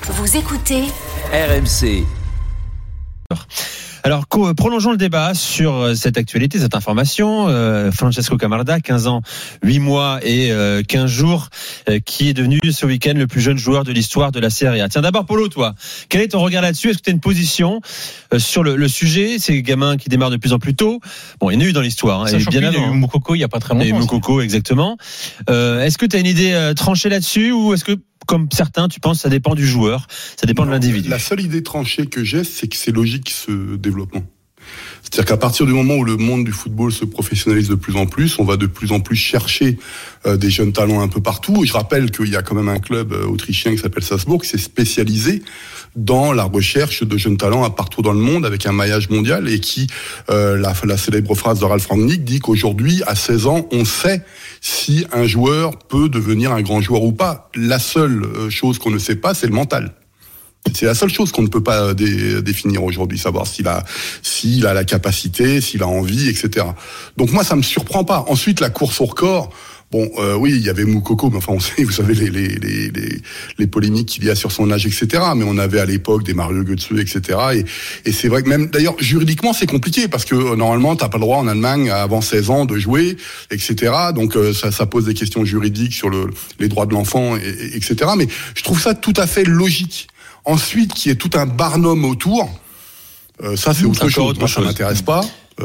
Vous écoutez RMC. Alors, prolongeons le débat sur cette actualité, cette information. Francesco Camarda, 15 ans, 8 mois et 15 jours, qui est devenu ce week-end le plus jeune joueur de l'histoire de la Serie A. Tiens, d'abord, Polo, toi, quel est ton regard là-dessus ? Est-ce que tu as une position sur le sujet ? Ces gamins qui démarrent de plus en plus tôt. Bon, il y en a eu dans l'histoire, et bien avant. Il y a eu Moukoko il n'y a pas très longtemps. Et Moukoko, exactement. Est-ce que tu as une idée tranchée là-dessus, ou est-ce que, comme certains, tu penses que ça dépend du joueur, ça dépend de l'individu? La seule idée tranchée que j'ai, c'est que c'est logique ce développement. C'est-à-dire qu'à partir du moment où le monde du football se professionnalise de plus en plus, on va de plus en plus chercher des jeunes talents un peu partout. Et je rappelle qu'il y a quand même un club autrichien qui s'appelle Salzbourg qui s'est spécialisé dans la recherche de jeunes talents à partout dans le monde avec un maillage mondial et qui, la célèbre phrase de Ralf Rangnick dit qu'aujourd'hui, à 16 ans, on sait si un joueur peut devenir un grand joueur ou pas. La seule chose qu'on ne sait pas, c'est le mental. C'est la seule chose qu'on ne peut pas définir aujourd'hui, savoir s'il a la capacité, s'il a envie, etc. Donc moi, ça me surprend pas. Ensuite, la course au record. Bon, oui, il y avait Moukoko, mais enfin, on sait, vous savez, les polémiques qu'il y a sur son âge, etc. Mais on avait à l'époque des Mario Götze, etc. Et c'est vrai que même, d'ailleurs, juridiquement, c'est compliqué parce que normalement, t'as pas le droit en Allemagne avant 16 ans de jouer, etc. Donc ça pose des questions juridiques sur les droits de l'enfant, etc. Mais je trouve ça tout à fait logique. Ensuite, qu'il y ait tout un barnum autour, ça c'est autre chose. Moi, ça m'intéresse pas.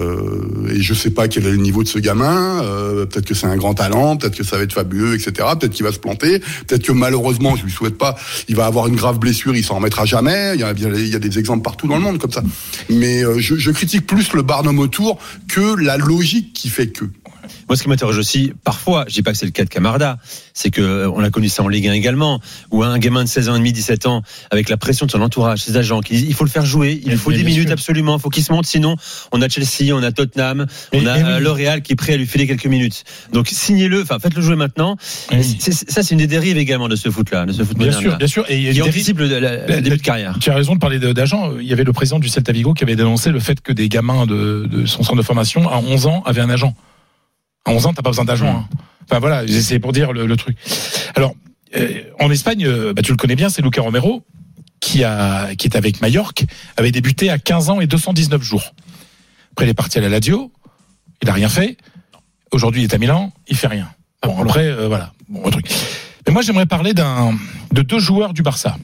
Et je sais pas quel est le niveau de ce gamin. Peut-être que c'est un grand talent, peut-être que ça va être fabuleux, etc. Peut-être qu'il va se planter. Peut-être que malheureusement, je lui souhaite pas, il va avoir une grave blessure, il s'en remettra jamais. Il y a des exemples partout dans le monde comme ça. Mais je critique plus le barnum autour que la logique qui fait que. Moi, ce qui m'interroge aussi, parfois, je dis pas que c'est le cas de Camarda, c'est que on a connu ça en Ligue 1 également, où un gamin de 16 ans et demi, 17 ans, avec la pression de son entourage, ses agents, qui disent il faut le faire jouer, il lui faut 10 minutes absolument, il faut qu'il se monte, sinon on a Chelsea, on a Tottenham, on a le Real qui est prêt à lui filer quelques minutes. Donc signez-le, enfin faites-le jouer maintenant. Ça, c'est une des dérives également de ce foot-là, de ce foot moderne. Bien sûr. Et qui anticipe le début de carrière. Tu as raison de parler d'agents. Il y avait le président du Celta Vigo qui avait dénoncé le fait que des gamins de son centre de formation à 11 ans avaient un agent. À 11 ans, t'as pas besoin d'agent. Hein. Enfin voilà, c'est pour dire le truc. Alors, en Espagne, tu le connais bien, c'est Lucas Romero qui est avec Majorque, avait débuté à 15 ans et 219 jours. Après, il est parti à la Lazio, il a rien fait. Aujourd'hui, il est à Milan, il fait rien. Bon, après, voilà, bon truc. Mais moi, j'aimerais parler de deux joueurs du Barça.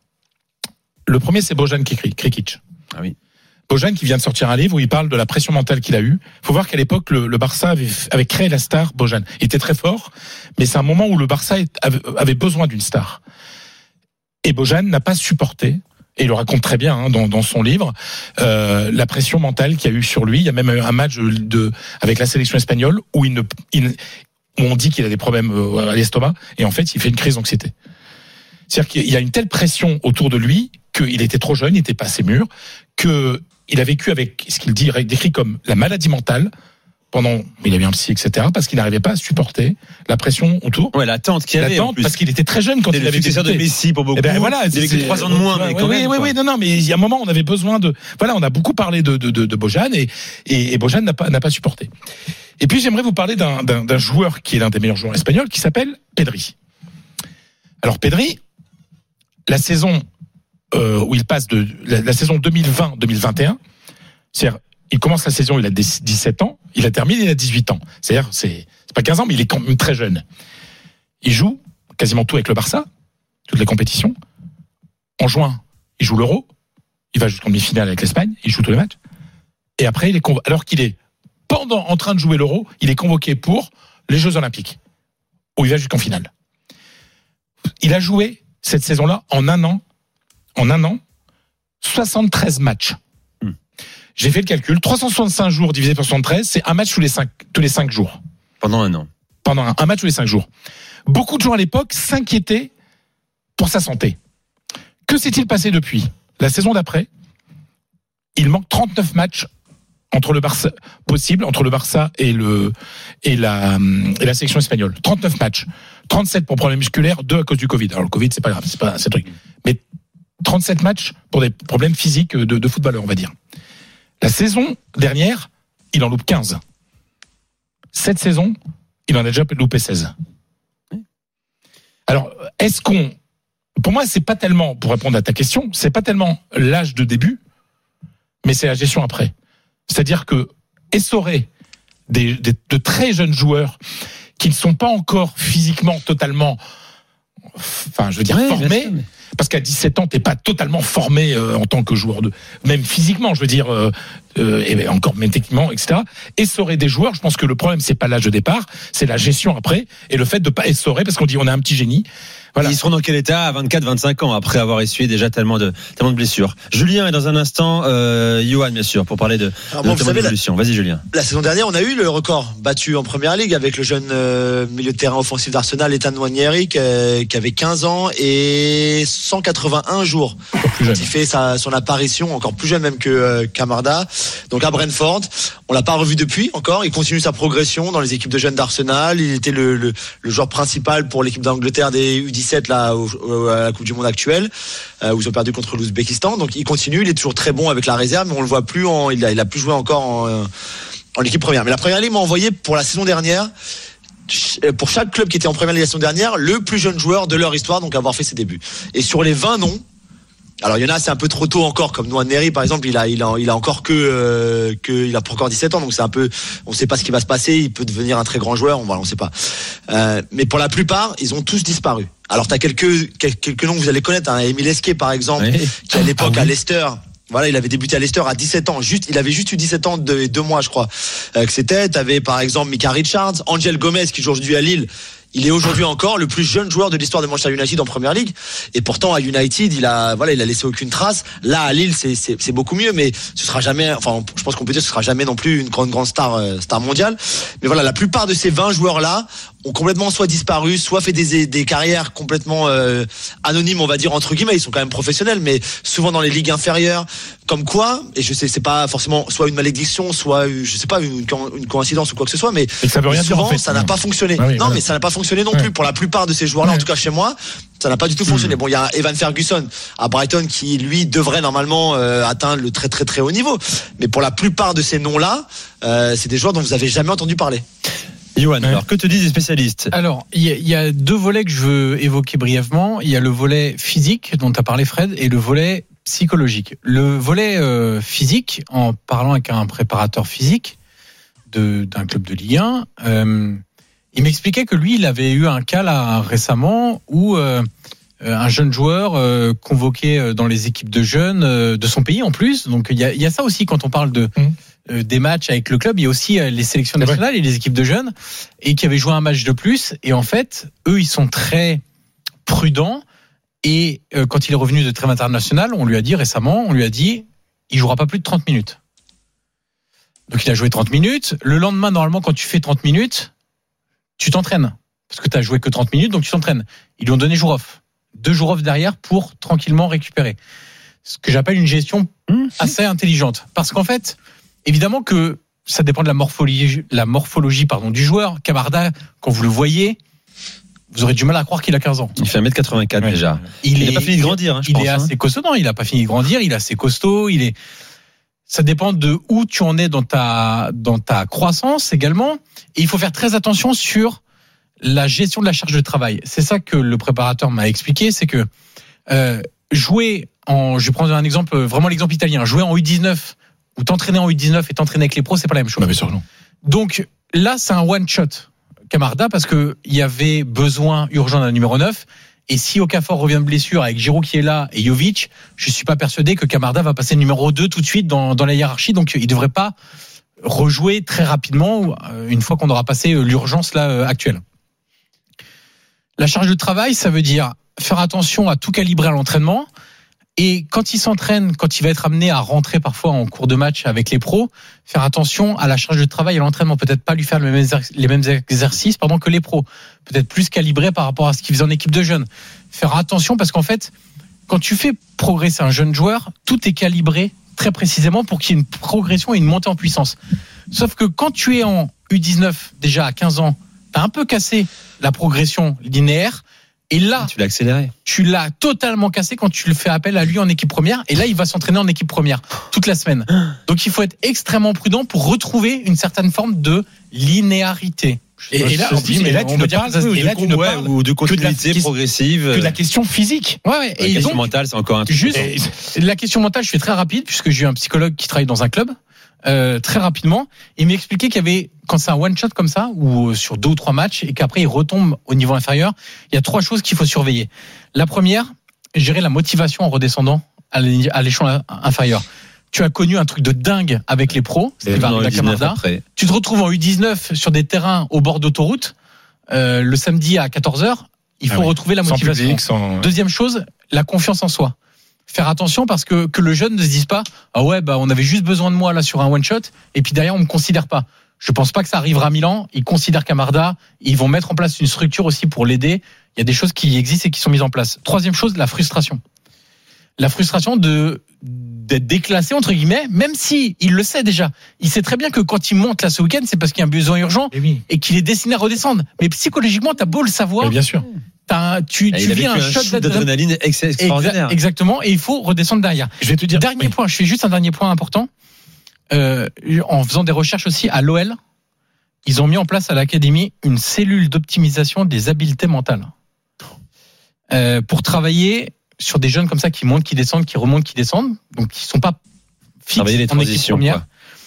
Le premier, c'est Bojan Krikic. Ah oui. Bojan qui vient de sortir un livre où il parle de la pression mentale qu'il a eue. Il faut voir qu'à l'époque, le Barça avait créé la star Bojan. Il était très fort, mais c'est un moment où le Barça avait besoin d'une star. Et Bojan n'a pas supporté, et il le raconte très bien dans son livre, la pression mentale qu'il y a eu sur lui. Il y a même un match avec la sélection espagnole où où on dit qu'il a des problèmes à l'estomac, et en fait, il fait une crise d'anxiété. C'est-à-dire qu'il y a une telle pression autour de lui qu'il était trop jeune, il n'était pas assez mûr, qu'il a vécu avec ce qu'il décrit comme la maladie mentale il avait un psy, etc., parce qu'il n'arrivait pas à supporter la pression autour. Ouais, l'attente qu'il y avait. Parce qu'il était très jeune quand il avait débuté. De Messi pour beaucoup. Voilà, il avait que 3 ans de moins, mais quand même. Oui, non, mais il y a un moment, on avait besoin on a beaucoup parlé de Bojan et Bojan n'a pas supporté. Et puis, j'aimerais vous parler d'un joueur qui est l'un des meilleurs joueurs espagnols, qui s'appelle Pedri. Alors, Pedri, la saison où il passe la saison 2020-2021, c'est-à-dire, il commence la saison, il a 17 ans, il la termine, il a 18 ans. C'est-à-dire, c'est pas 15 ans, mais il est quand même très jeune. Il joue quasiment tout avec le Barça, toutes les compétitions. En juin, il joue l'Euro, il va jusqu'en demi-finale avec l'Espagne, il joue tous les matchs. Et après, alors qu'il est en train de jouer l'Euro, il est convoqué pour les Jeux Olympiques, où il va jusqu'en finale. Il a joué cette saison-là en un an, 73 matchs. J'ai fait le calcul, 365 jours divisé par 73, c'est un match tous les 5 jours. Pendant un an. Pendant un match tous les 5 jours. Beaucoup de gens à l'époque s'inquiétaient pour sa santé. Que s'est-il passé depuis ? La saison d'après, il manque 39 matchs entre le Barça et la sélection espagnole. 39 matchs. 37 pour problème musculaire, 2 à cause du Covid. Alors le Covid, c'est pas grave, c'est le truc. Mais 37 matchs pour des problèmes physiques de footballeur, on va dire. La saison dernière, il en loupe 15. Cette saison, il en a déjà loupé 16. Alors, est-ce qu'on pour moi, c'est pas tellement, pour répondre à ta question, c'est pas tellement l'âge de début, mais c'est la gestion après. C'est-à-dire que essorer de très jeunes joueurs qui ne sont pas encore physiquement totalement, formés. Parce qu'à 17 ans, t'es pas totalement formé en tant que joueur même physiquement, je veux dire, et encore même techniquement, etc. Essorer des joueurs, je pense que le problème c'est pas l'âge de départ, c'est la gestion après et le fait de pas essorer parce qu'on dit on a un petit génie. Voilà. Ils seront dans quel état à 24-25 ans après avoir essuyé déjà tellement de blessures. Julien est dans un instant, Johan bien sûr, pour parler de l'évolution. Vas-y Julien. La saison dernière, on a eu le record battu en Première Ligue avec le jeune milieu de terrain offensif d'Arsenal, Ethan Nwaneri, qui avait 15 ans et 181 jours. Il fait son apparition, encore plus jeune même que Camarda. Donc à Brentford, on l'a pas revu depuis encore. Il continue sa progression dans les équipes de jeunes d'Arsenal. Il était le joueur principal pour l'équipe d'Angleterre des U17 là à la Coupe du Monde actuelle où ils ont perdu contre l'Ouzbékistan. Donc il continue, il est toujours très bon avec la réserve, mais on le voit plus il a plus joué encore en équipe première. Mais la Première Ligue m'a envoyé pour la saison dernière, pour chaque club qui était en Première Ligue la saison dernière, le plus jeune joueur de leur histoire, donc avoir fait ses débuts. Et sur les 20 noms, alors il y en a c'est un peu trop tôt encore, comme Nwaneri par exemple, il a encore il a pas encore 17 ans, donc c'est un peu, on sait pas ce qui va se passer, il peut devenir un très grand joueur, on sait pas. Mais pour la plupart, ils ont tous disparu. Alors t'as quelques noms que vous allez connaître, Émile Esquet par exemple, qui à l'époque à Leicester. Voilà, il avait débuté à Leicester à 17 ans. Il avait juste eu 17 ans et 2 mois, je crois. Que c'était. T'avais, par exemple, Micah Richards, Angel Gomez, qui joue aujourd'hui à Lille. Il est aujourd'hui encore le plus jeune joueur de l'histoire de Manchester United en Première Ligue. Et pourtant, à United, il a laissé aucune trace. Là, à Lille, c'est beaucoup mieux, mais ce sera jamais, je pense qu'on peut dire que ce sera jamais non plus une grande star mondiale. Mais voilà, la plupart de ces 20 joueurs-là ont complètement soit disparu, soit fait des carrières complètement anonymes, on va dire entre guillemets. Ils sont quand même professionnels, mais souvent dans les ligues inférieures. Comme quoi, et je sais, c'est pas forcément soit une malédiction, soit je sais pas une coïncidence ou quoi que ce soit, mais ça veut rien souvent dire, en fait. ça n'a pas fonctionné. Ah oui, non, mais ça n'a pas fonctionné non plus pour la plupart de ces joueurs-là. En tout cas chez moi, ça n'a pas du tout fonctionné. Bon, il y a Evan Ferguson à Brighton qui lui devrait normalement atteindre le très très très haut niveau, mais pour la plupart de ces noms-là, c'est des joueurs dont vous avez jamais entendu parler. Johan, alors que te disent les spécialistes ? Alors, il y a 2 volets que je veux évoquer brièvement. Il y a le volet physique dont tu as parlé Fred et le volet psychologique. Le volet physique, en parlant avec un préparateur physique d'un club de Ligue 1, il m'expliquait que lui, il avait eu un cas là récemment où un jeune joueur convoqué dans les équipes de jeunes de son pays en plus. Donc il y a ça aussi quand on parle des matchs avec le club, il y a aussi les sélections nationales et les équipes de jeunes et qui avaient joué un match de plus. Et en fait, eux, ils sont très prudents. Et quand il est revenu de trêve internationale, on lui a dit récemment, il jouera pas plus de 30 minutes. Donc il a joué 30 minutes. Le lendemain, normalement, quand tu fais 30 minutes, tu t'entraînes. Parce que tu as joué que 30 minutes, donc tu t'entraînes. Ils lui ont donné jour off. 2 jours off derrière pour tranquillement récupérer. Ce que j'appelle une gestion assez intelligente. Parce qu'en fait, évidemment que ça dépend de la morphologie du joueur. Camarda, quand vous le voyez, vous aurez du mal à croire qu'il a 15 ans. Il fait 1m84 déjà. Il n'a pas fini de grandir, je pense. Il est assez costaud. Non, il n'a pas fini de grandir. Il est assez costaud. Ça dépend de où tu en es dans ta croissance également. Et il faut faire très attention sur la gestion de la charge de travail. C'est ça que le préparateur m'a expliqué. C'est que jouer je vais prendre un exemple, vraiment l'exemple italien. Jouer en U19 ou t'entraîner en U19 et t'entraîner avec les pros, c'est pas la même chose. Bien sûr, non. Donc là, c'est un one shot. Camarda, parce que il y avait besoin urgent d'un numéro 9 et si Okafor revient de blessure avec Giroud qui est là et Jovic, je suis pas persuadé que Camarda va passer numéro 2 tout de suite dans la hiérarchie, donc il devrait pas rejouer très rapidement une fois qu'on aura passé l'urgence là actuelle. La charge de travail, ça veut dire faire attention à tout calibrer à l'entraînement. Et quand il s'entraîne, quand il va être amené à rentrer parfois en cours de match avec les pros, faire attention à la charge de travail et à l'entraînement. Peut-être pas lui faire les mêmes exercices que les pros. Peut-être plus calibré par rapport à ce qu'il faisait en équipe de jeunes. Faire attention parce qu'en fait, quand tu fais progresser un jeune joueur, tout est calibré très précisément pour qu'il y ait une progression et une montée en puissance. Sauf que quand tu es en U19, déjà à 15 ans, t'as un peu cassé la progression linéaire. Et là, tu l'as accéléré. Tu l'as totalement cassé quand tu le fais appel à lui en équipe première. Et là, il va s'entraîner en équipe première toute la semaine. Donc, il faut être extrêmement prudent pour retrouver une certaine forme de linéarité. Et là, tu ne parles ou de continuité progressive. Que de la question physique. Ouais. Et la question mentale, c'est encore un truc. Juste, la question mentale, je fais très rapide, puisque j'ai eu un psychologue qui travaille dans un club. Très rapidement, il m'expliquait qu'il y avait, quand c'est un one shot comme ça, ou sur 2 ou 3 matchs, et qu'après il retombe au niveau inférieur, il y a 3 choses qu'il faut surveiller. La première, gérer la motivation en redescendant à l'échelon inférieur. Tu as connu un truc de dingue avec les pros, c'était Varda Camarda. Tu te retrouves en U19 sur des terrains au bord d'autoroute, le samedi à 14h, il faut retrouver la motivation. Deuxième chose, la confiance en soi. Faire attention parce que le jeune ne se dise pas on avait juste besoin de moi là sur un one shot et puis derrière on me considère pas. Je pense pas que ça arrivera à Milan. Ils considèrent Camarda. Ils vont mettre en place une structure aussi pour l'aider. Il y a des choses qui existent et qui sont mises en place. Troisième chose, la frustration. La frustration d'être déclassé entre guillemets, même si il le sait déjà. Il sait très bien que quand il monte là ce week-end, c'est parce qu'il y a un besoin urgent et qu'il est destiné à redescendre. Mais psychologiquement, t'as beau le savoir. Mais bien sûr. Tu vis un shot d'adrénaline extraordinaire. Exactement, et il faut redescendre derrière. Je vais te dire. Dernier point, je fais juste un dernier point important. En faisant des recherches aussi à l'OL, ils ont mis en place à l'académie une cellule d'optimisation des habiletés mentales. Pour travailler sur des jeunes comme ça qui montent, qui descendent, qui remontent, qui descendent, donc qui sont pas fixes en équipe première.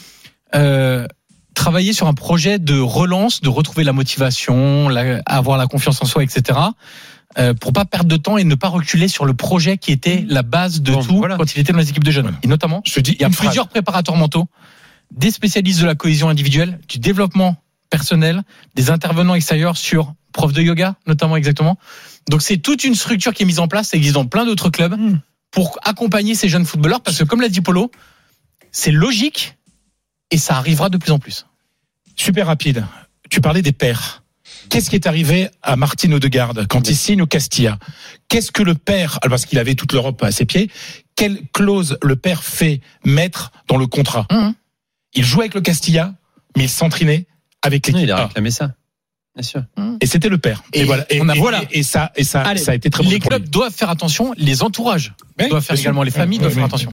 Travailler sur un projet de relance, de retrouver la motivation, avoir la confiance en soi, etc. Pour pas perdre de temps et ne pas reculer sur le projet qui était la base de tout quand il était dans les équipes de jeunes. Et notamment, il y a plusieurs préparateurs mentaux, des spécialistes de la cohésion individuelle, du développement personnel, des intervenants extérieurs sur prof de yoga, notamment exactement. Donc c'est toute une structure qui est mise en place, ça existe dans plein d'autres clubs, pour accompagner ces jeunes footballeurs, parce que comme l'a dit Polo, c'est logique et ça arrivera de plus en plus. Super rapide. Tu parlais des pairs. Qu'est-ce qui est arrivé à Martin Odegaard quand il signe au Castilla? Qu'est-ce que le père, parce qu'il avait toute l'Europe à ses pieds, quelle clause le père fait mettre dans le contrat? Il jouait avec le Castilla, mais il s'entraînait avec l'équipe. Il a réclamé ça. Bien sûr. Et c'était le père. Et voilà. Et ça a été très bon. Les clubs doivent faire attention, les entourages doivent faire également, les familles doivent faire attention.